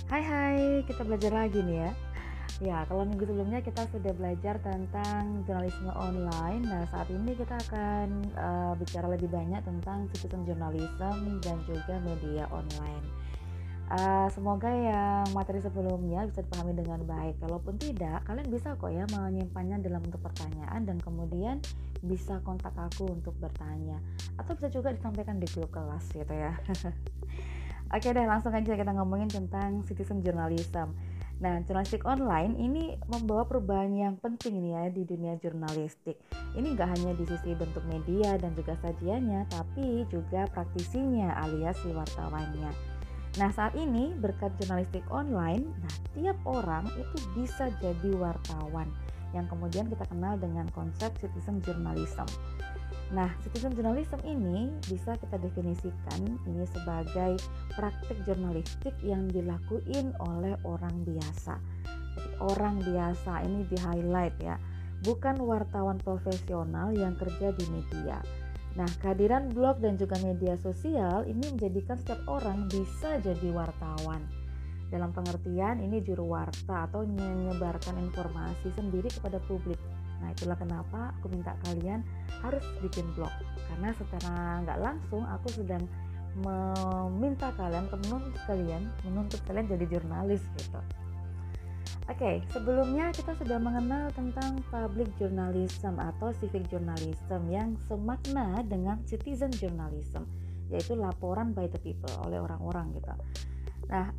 Hai hai, kita belajar lagi nih ya. Ya, kalau minggu sebelumnya kita sudah belajar tentang jurnalisme online. Nah, saat ini kita akan bicara lebih banyak tentang citizen journalism dan juga media online. Semoga yang materi sebelumnya bisa dipahami dengan baik. Kalaupun tidak, kalian bisa kok ya menyimpannya dalam bentuk pertanyaan dan kemudian bisa kontak aku untuk bertanya. Atau bisa juga disampaikan di grup kelas gitu ya. Oke deh, langsung aja kita ngomongin tentang citizen journalism. Nah, jurnalistik online ini membawa perubahan yang penting nih ya di dunia jurnalistik. Ini nggak hanya di sisi bentuk media dan juga sajiannya, tapi juga praktisinya alias si wartawannya. Nah, saat ini berkat jurnalistik online, nah tiap orang itu bisa jadi wartawan yang kemudian kita kenal dengan konsep citizen journalism. Nah, citizen journalism ini bisa kita definisikan ini sebagai praktik jurnalistik yang dilakuin oleh orang biasa. Jadi orang biasa ini di highlight ya, bukan wartawan profesional yang kerja di media. Nah, kehadiran blog dan juga media sosial ini menjadikan setiap orang bisa jadi wartawan. Dalam pengertian ini juru warta atau menyebarkan informasi sendiri kepada publik. Nah, itulah kenapa aku minta kalian harus bikin blog, karena secara nggak langsung aku sedang meminta kalian, menuntut kalian jadi jurnalis gitu. Oke, sebelumnya kita sudah mengenal tentang public journalism atau civic journalism yang semakna dengan citizen journalism, yaitu laporan by the people, oleh orang-orang gitu. Nah,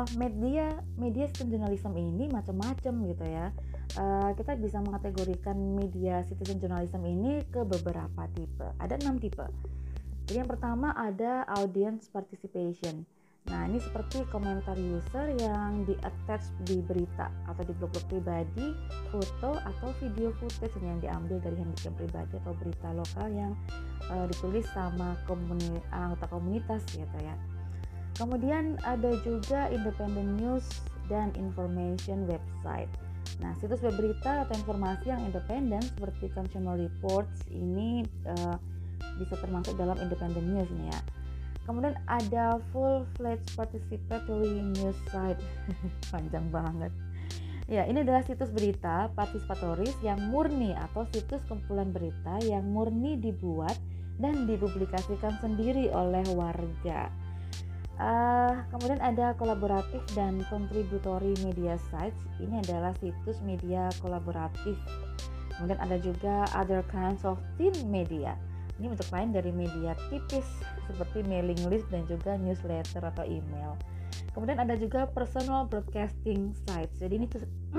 media citizen journalism ini macam-macam gitu ya. Kita bisa mengategorikan media citizen journalism ini ke beberapa tipe. Ada 6 tipe. Jadi yang pertama ada audience participation. Nah, ini seperti komentar user yang di-attach di berita atau di blog-blog pribadi, foto atau video footage yang diambil dari handphone pribadi atau berita lokal yang ditulis sama anggota komunitas gitu ya. Kemudian ada juga independent news dan information website. Nah, situs web berita atau informasi yang independen seperti Consumer Reports ini bisa termasuk dalam independent news nih ya. Kemudian ada full-fledged participatory news site. Panjang banget. Ya, ini adalah situs berita partisipatoris yang murni atau situs kumpulan berita yang murni dibuat dan dipublikasikan sendiri oleh warga. Kemudian ada kolaboratif dan contributory media sites. Ini adalah situs media kolaboratif. Kemudian ada juga other kinds of thin media. Ini bentuk lain dari media tipis seperti mailing list dan juga newsletter atau email. Kemudian ada juga personal broadcasting sites. Jadi ini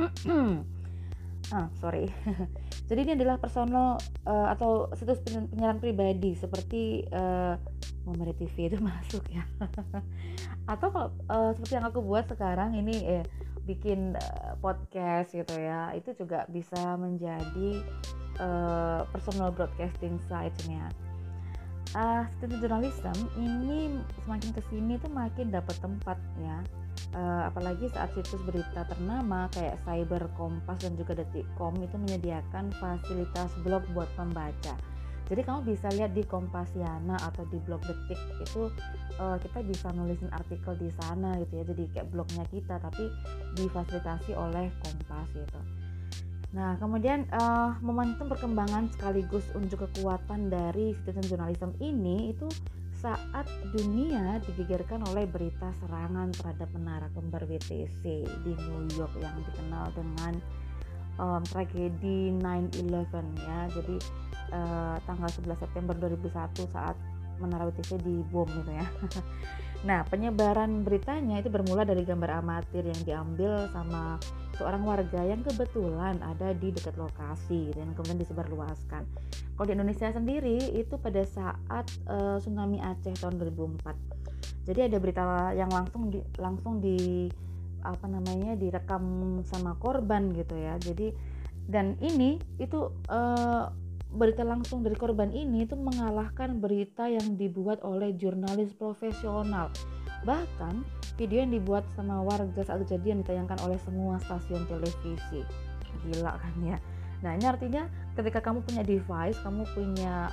Jadi ini adalah personal atau situs penyiaran pribadi seperti Momere TV itu masuk ya. Atau kalau seperti yang aku buat sekarang ini bikin podcast gitu ya, itu juga bisa menjadi personal broadcasting site-nya. Citizen journalism ini semakin kesini tuh makin dapat tempat ya, apalagi saat situs berita ternama kayak Cyber, Kompas dan juga Detikcom itu menyediakan fasilitas blog buat pembaca. Jadi kamu bisa lihat di Kompasiana atau di blog Detik itu kita bisa nulisin artikel di sana gitu ya, jadi kayak blognya kita tapi difasilitasi oleh Kompas gitu. Nah, kemudian momentum perkembangan sekaligus unjuk kekuatan dari citizen journalism ini itu saat dunia digegerkan oleh berita serangan terhadap menara kembar WTC di New York yang dikenal dengan tragedi 9/11 ya. Jadi tanggal 11 September 2001 saat menara WTC dibom gitu ya. Nah, penyebaran beritanya itu bermula dari gambar amatir yang diambil sama seorang warga yang kebetulan ada di dekat lokasi dan kemudian disebarluaskan. Kalau di Indonesia sendiri itu pada saat tsunami Aceh tahun 2004. Jadi ada berita yang langsung direkam sama korban gitu ya. Jadi dan ini itu berita langsung dari korban ini itu mengalahkan berita yang dibuat oleh jurnalis profesional. Bahkan video yang dibuat sama warga saat kejadian ditayangkan oleh semua stasiun televisi. Gila kan ya. Nah, ini artinya ketika kamu punya device, kamu punya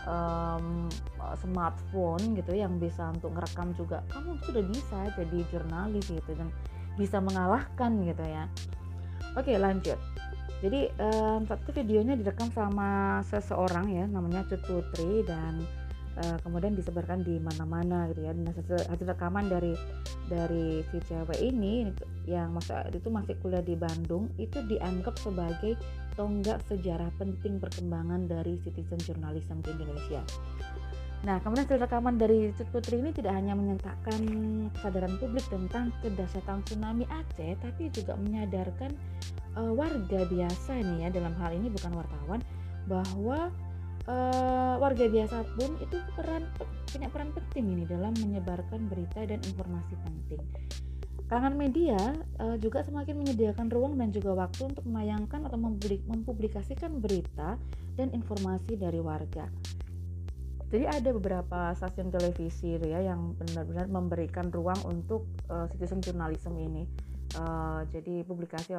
smartphone gitu yang bisa untuk ngerekam juga, kamu sudah bisa jadi jurnalis gitu. Dan bisa mengalahkan gitu ya. Oke, lanjut. Jadi saat itu videonya direkam sama seseorang ya, namanya Cut Putri, dan kemudian disebarkan di mana-mana gitu ya. Nah, hasil rekaman dari si cewek ini yang itu masih kuliah di Bandung, itu dianggap sebagai tonggak sejarah penting perkembangan dari citizen journalism di Indonesia. Nah, kemudian hasil rekaman dari Cut Putri ini tidak hanya menyatakan kesadaran publik tentang kedahsyatan tsunami Aceh, tapi juga menyadarkan warga biasa ini ya, dalam hal ini bukan wartawan, bahwa warga biasa pun itu punya peran penting ini dalam menyebarkan berita dan informasi penting. Kalangan media juga semakin menyediakan ruang dan juga waktu untuk menayangkan atau mempublikasikan berita dan informasi dari warga. Jadi ada beberapa stasiun televisi itu ya yang benar-benar memberikan ruang untuk citizen journalism ini. Jadi publikasi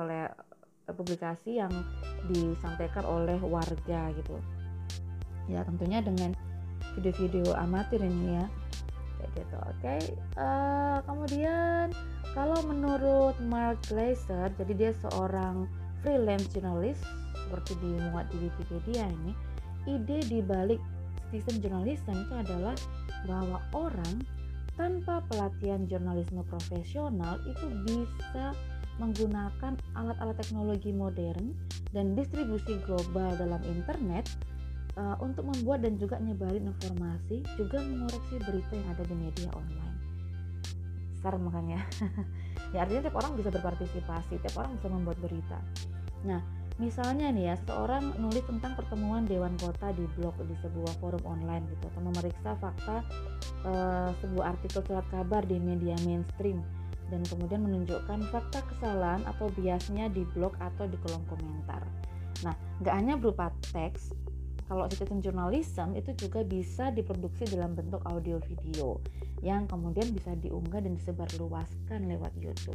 yang disampaikan oleh warga gitu. Ya tentunya dengan video-video amatir ini ya. Kayak gitu. Oke. Kemudian kalau menurut Mark Glaser, jadi dia seorang freelance journalist seperti dimuat di Wikipedia ini, ide di balik citizen journalism itu adalah bahwa orang tanpa pelatihan jurnalisme profesional itu bisa menggunakan alat-alat teknologi modern dan distribusi global dalam internet untuk membuat dan juga nyebarin informasi, juga mengoreksi berita yang ada di media online. Besar makanya. Ya artinya tiap orang bisa berpartisipasi, tiap orang bisa membuat berita. Nah, misalnya nih ya, seseorang nulis tentang pertemuan Dewan Kota di blog di sebuah forum online gitu, atau memeriksa fakta sebuah artikel surat kabar di media mainstream, dan kemudian menunjukkan fakta kesalahan atau biasnya di blog atau di kolom komentar. Nah, nggak hanya berupa teks, kalau citizen journalism itu juga bisa diproduksi dalam bentuk audio video yang kemudian bisa diunggah dan disebarluaskan lewat YouTube.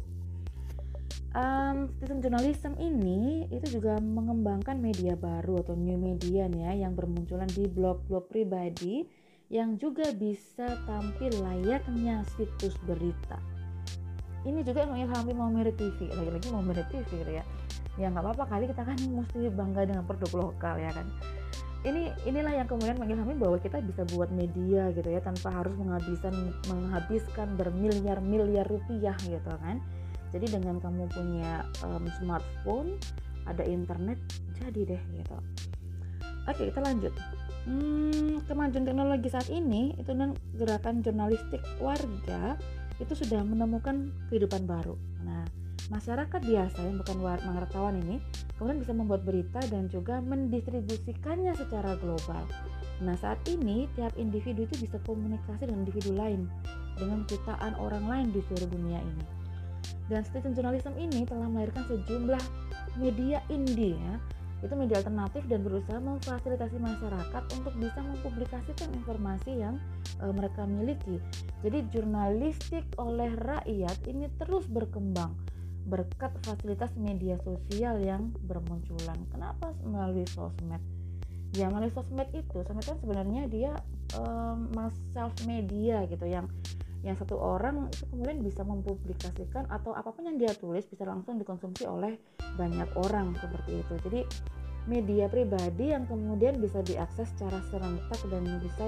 Citizen journalism ini itu juga mengembangkan media baru atau new media nih ya, yang bermunculan di blog-blog pribadi yang juga bisa tampil layaknya situs berita. Ini juga yang mengilhami Maumere TV, lagi-lagi Maumere TV gitu ya. Ya nggak apa-apa kali, kita kan mesti bangga dengan produk lokal ya kan. Inilah yang kemudian mengilhami bahwa kita bisa buat media gitu ya, tanpa harus menghabiskan bermiliar-miliar rupiah gitu kan. Jadi dengan kamu punya smartphone, ada internet, jadi deh gitu. Oke, kita lanjut. Kemajuan teknologi saat ini itu dan gerakan jurnalistik warga itu sudah menemukan kehidupan baru. Nah, masyarakat biasa yang bukan wartawan ini kemudian bisa membuat berita dan juga mendistribusikannya secara global. Nah, saat ini tiap individu itu bisa komunikasi dengan individu lain, dengan jutaan orang lain di seluruh dunia ini. Dan citizen journalism ini telah melahirkan sejumlah media indie ya, itu media alternatif dan berusaha memfasilitasi masyarakat untuk bisa mempublikasikan informasi yang mereka miliki. Jadi jurnalistik oleh rakyat ini terus berkembang berkat fasilitas media sosial yang bermunculan. Kenapa melalui sosmed? Ya melalui sosmed kan sebenarnya dia self media gitu, yang satu orang itu kemudian bisa mempublikasikan atau apapun yang dia tulis bisa langsung dikonsumsi oleh banyak orang seperti itu. Jadi media pribadi yang kemudian bisa diakses secara serentak dan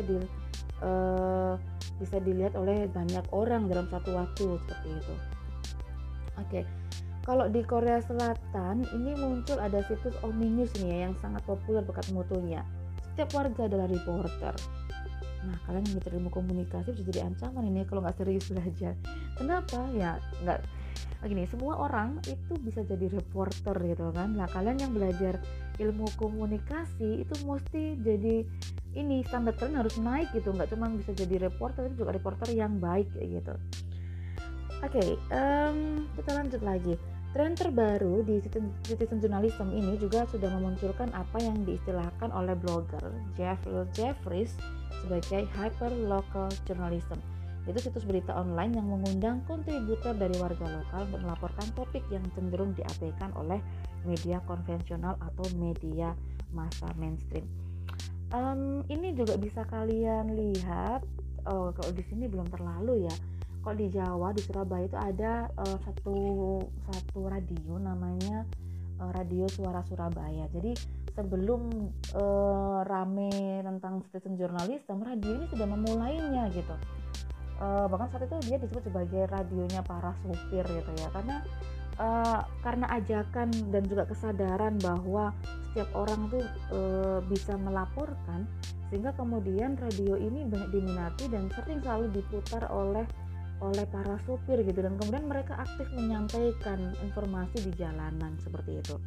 bisa dilihat oleh banyak orang dalam satu waktu seperti itu. Oke. Kalau di Korea Selatan ini muncul ada situs Ominews nih ya, yang sangat populer berkat mutunya. Setiap warga adalah reporter. Nah, kalian yang belajar ilmu komunikasi bisa jadi ancaman ini kalau nggak serius belajar. Kenapa? Ya nggak gini, semua orang itu bisa jadi reporter gitu kan. Nah, kalian yang belajar ilmu komunikasi itu mesti jadi ini, standar kalian harus naik gitu. Nggak cuma bisa jadi reporter, tapi juga reporter yang baik kayak gitu. Oke, kita lanjut lagi. Tren terbaru di citizen journalism ini juga sudah memunculkan apa yang diistilahkan oleh blogger Jeff Jeffries sebagai hyperlocal journalism. Itu situs berita online yang mengundang kontributor dari warga lokal untuk melaporkan topik yang cenderung diabaikan oleh media konvensional atau media massa mainstream. Ini juga bisa kalian lihat. Kalau di sini belum terlalu ya. Kalau di Jawa, di Surabaya itu ada satu satu radio namanya Radio Suara Surabaya. Jadi sebelum rame tentang citizen journalism, radio ini sudah memulainya gitu. Bahkan saat itu dia disebut sebagai radionya para supir gitu ya, karena ajakan dan juga kesadaran bahwa setiap orang tuh bisa melaporkan, sehingga kemudian radio ini banyak diminati dan sering selalu diputar oleh para supir gitu, dan kemudian mereka aktif menyampaikan informasi di jalanan seperti itu.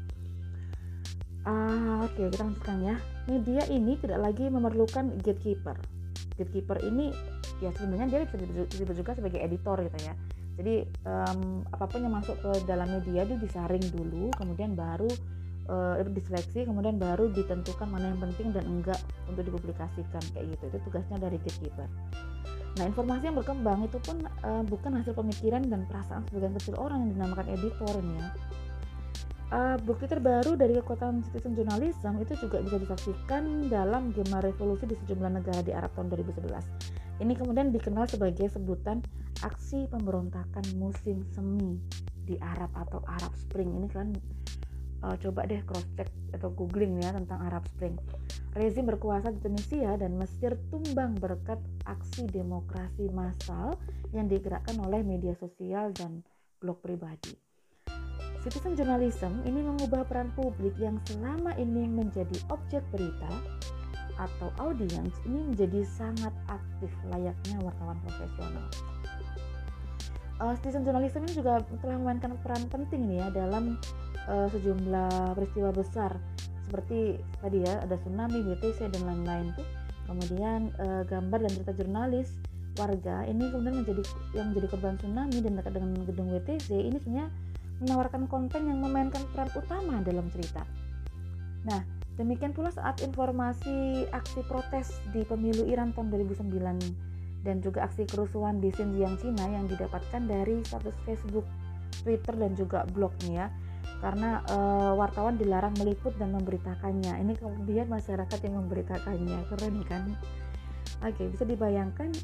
Oke, kita lanjutkan ya. Media ini tidak lagi memerlukan gatekeeper. Gatekeeper ini ya sebenarnya dia bisa disebut juga sebagai editor gitu ya. Jadi apapun yang masuk ke dalam media itu disaring dulu, kemudian baru diseleksi, kemudian baru ditentukan mana yang penting dan enggak untuk dipublikasikan kayak gitu. Itu tugasnya dari gatekeeper. Nah, informasi yang berkembang itu pun bukan hasil pemikiran dan perasaan sebagian kecil orang yang dinamakan editor ini ya. Bukti terbaru dari kekuatan citizen journalism itu juga bisa disaksikan dalam Gema Revolusi di sejumlah negara di Arab tahun 2011. Ini kemudian dikenal sebagai sebutan aksi pemberontakan musim semi di Arab atau Arab Spring. Ini kan coba deh cross check atau googling ya tentang Arab Spring. Rezim berkuasa di Tunisia dan Mesir tumbang berkat aksi demokrasi massal yang digerakkan oleh media sosial dan blog pribadi. Citizen journalism ini mengubah peran publik yang selama ini menjadi objek berita atau audiens ini menjadi sangat aktif layaknya wartawan profesional. Citizen journalism ini juga telah memainkan peran penting nih ya dalam sejumlah peristiwa besar seperti tadi ya, ada tsunami, WTC dan lain-lain tuh. Kemudian gambar dan cerita jurnalis warga ini kemudian menjadi korban tsunami dan dekat dengan gedung WTC ini sebenarnya menawarkan konten yang memainkan peran utama dalam cerita. Nah, demikian pula saat informasi aksi protes di pemilu Iran tahun 2009 dan juga aksi kerusuhan di Xinjiang, Cina yang didapatkan dari status Facebook, Twitter dan juga blog nih ya. Karena wartawan dilarang meliput dan memberitakannya. Ini kemudian masyarakat yang memberitakannya. Keren kan? Oke, bisa dibayangkan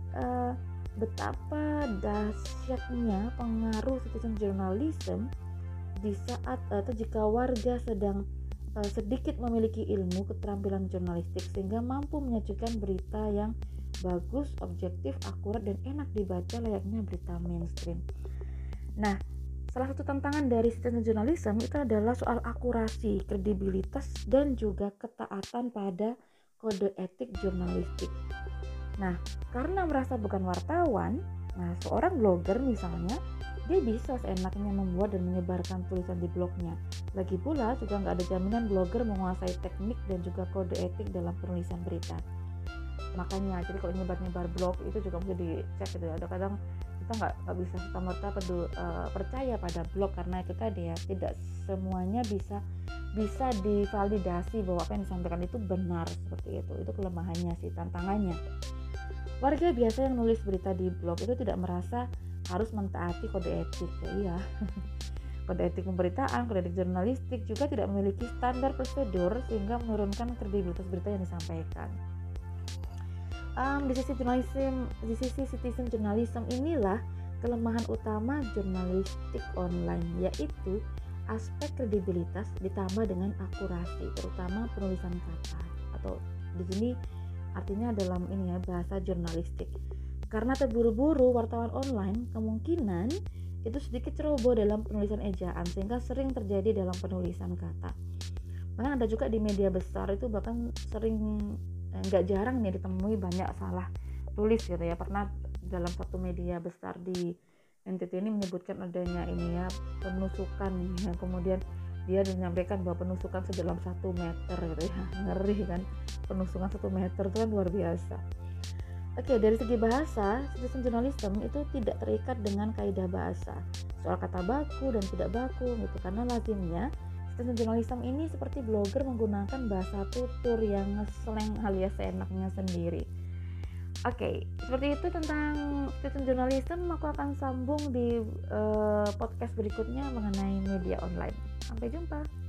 betapa dahsyatnya pengaruh citizen journalism di saat atau jika warga sedang sedikit memiliki ilmu keterampilan jurnalistik sehingga mampu menyajikan berita yang bagus, objektif, akurat dan enak dibaca layaknya berita mainstream. Nah, salah satu tantangan dari citizen journalism itu adalah soal akurasi, kredibilitas dan juga ketaatan pada kode etik jurnalistik. Nah, karena merasa bukan wartawan, nah seorang blogger misalnya dia bisa seenaknya membuat dan menyebarkan tulisan di blognya. Lagi pula juga nggak ada jaminan blogger menguasai teknik dan juga kode etik dalam penulisan berita. Makanya jadi kalau nyebar blog itu juga mesti dicek gitu ya. Kadang kita nggak bisa serta-merta percaya pada blog karena itu tadi ya, tidak semuanya bisa divalidasi bahwa apa yang disampaikan itu benar seperti itu. Itu kelemahannya sih, tantangannya. Warga biasa yang nulis berita di blog itu tidak merasa harus mentaati kode etik ya, iya. Kode etik pemberitaan, kode etik jurnalistik juga tidak memiliki standar prosedur sehingga menurunkan kredibilitas berita yang disampaikan. Di sisi citizen journalism inilah kelemahan utama jurnalistik online, yaitu aspek kredibilitas ditambah dengan akurasi, terutama penulisan kata atau di sini artinya dalam ini ya bahasa jurnalistik. Karena terburu-buru wartawan online kemungkinan itu sedikit ceroboh dalam penulisan ejaan sehingga sering terjadi dalam penulisan kata. Bahkan ada juga di media besar itu bahkan sering nggak jarang nih ditemui banyak salah tulis gitu ya. Pernah dalam satu media besar di NTT ini menyebutkan adanya ini ya penusukan yang kemudian dia menyampaikan bahwa penusukan sedalam 1 meter gitu ya. Ngeri kan, penusukan 1 meter itu kan luar biasa. Oke, dari segi bahasa, citizen journalism itu tidak terikat dengan kaidah bahasa soal kata baku dan tidak baku gitu, karena lazimnya citizen journalism ini seperti blogger menggunakan bahasa tutur yang ngesleng alias seenaknya sendiri. Oke, seperti itu tentang citizen journalism. Aku akan sambung di podcast berikutnya mengenai media online. Sampai jumpa.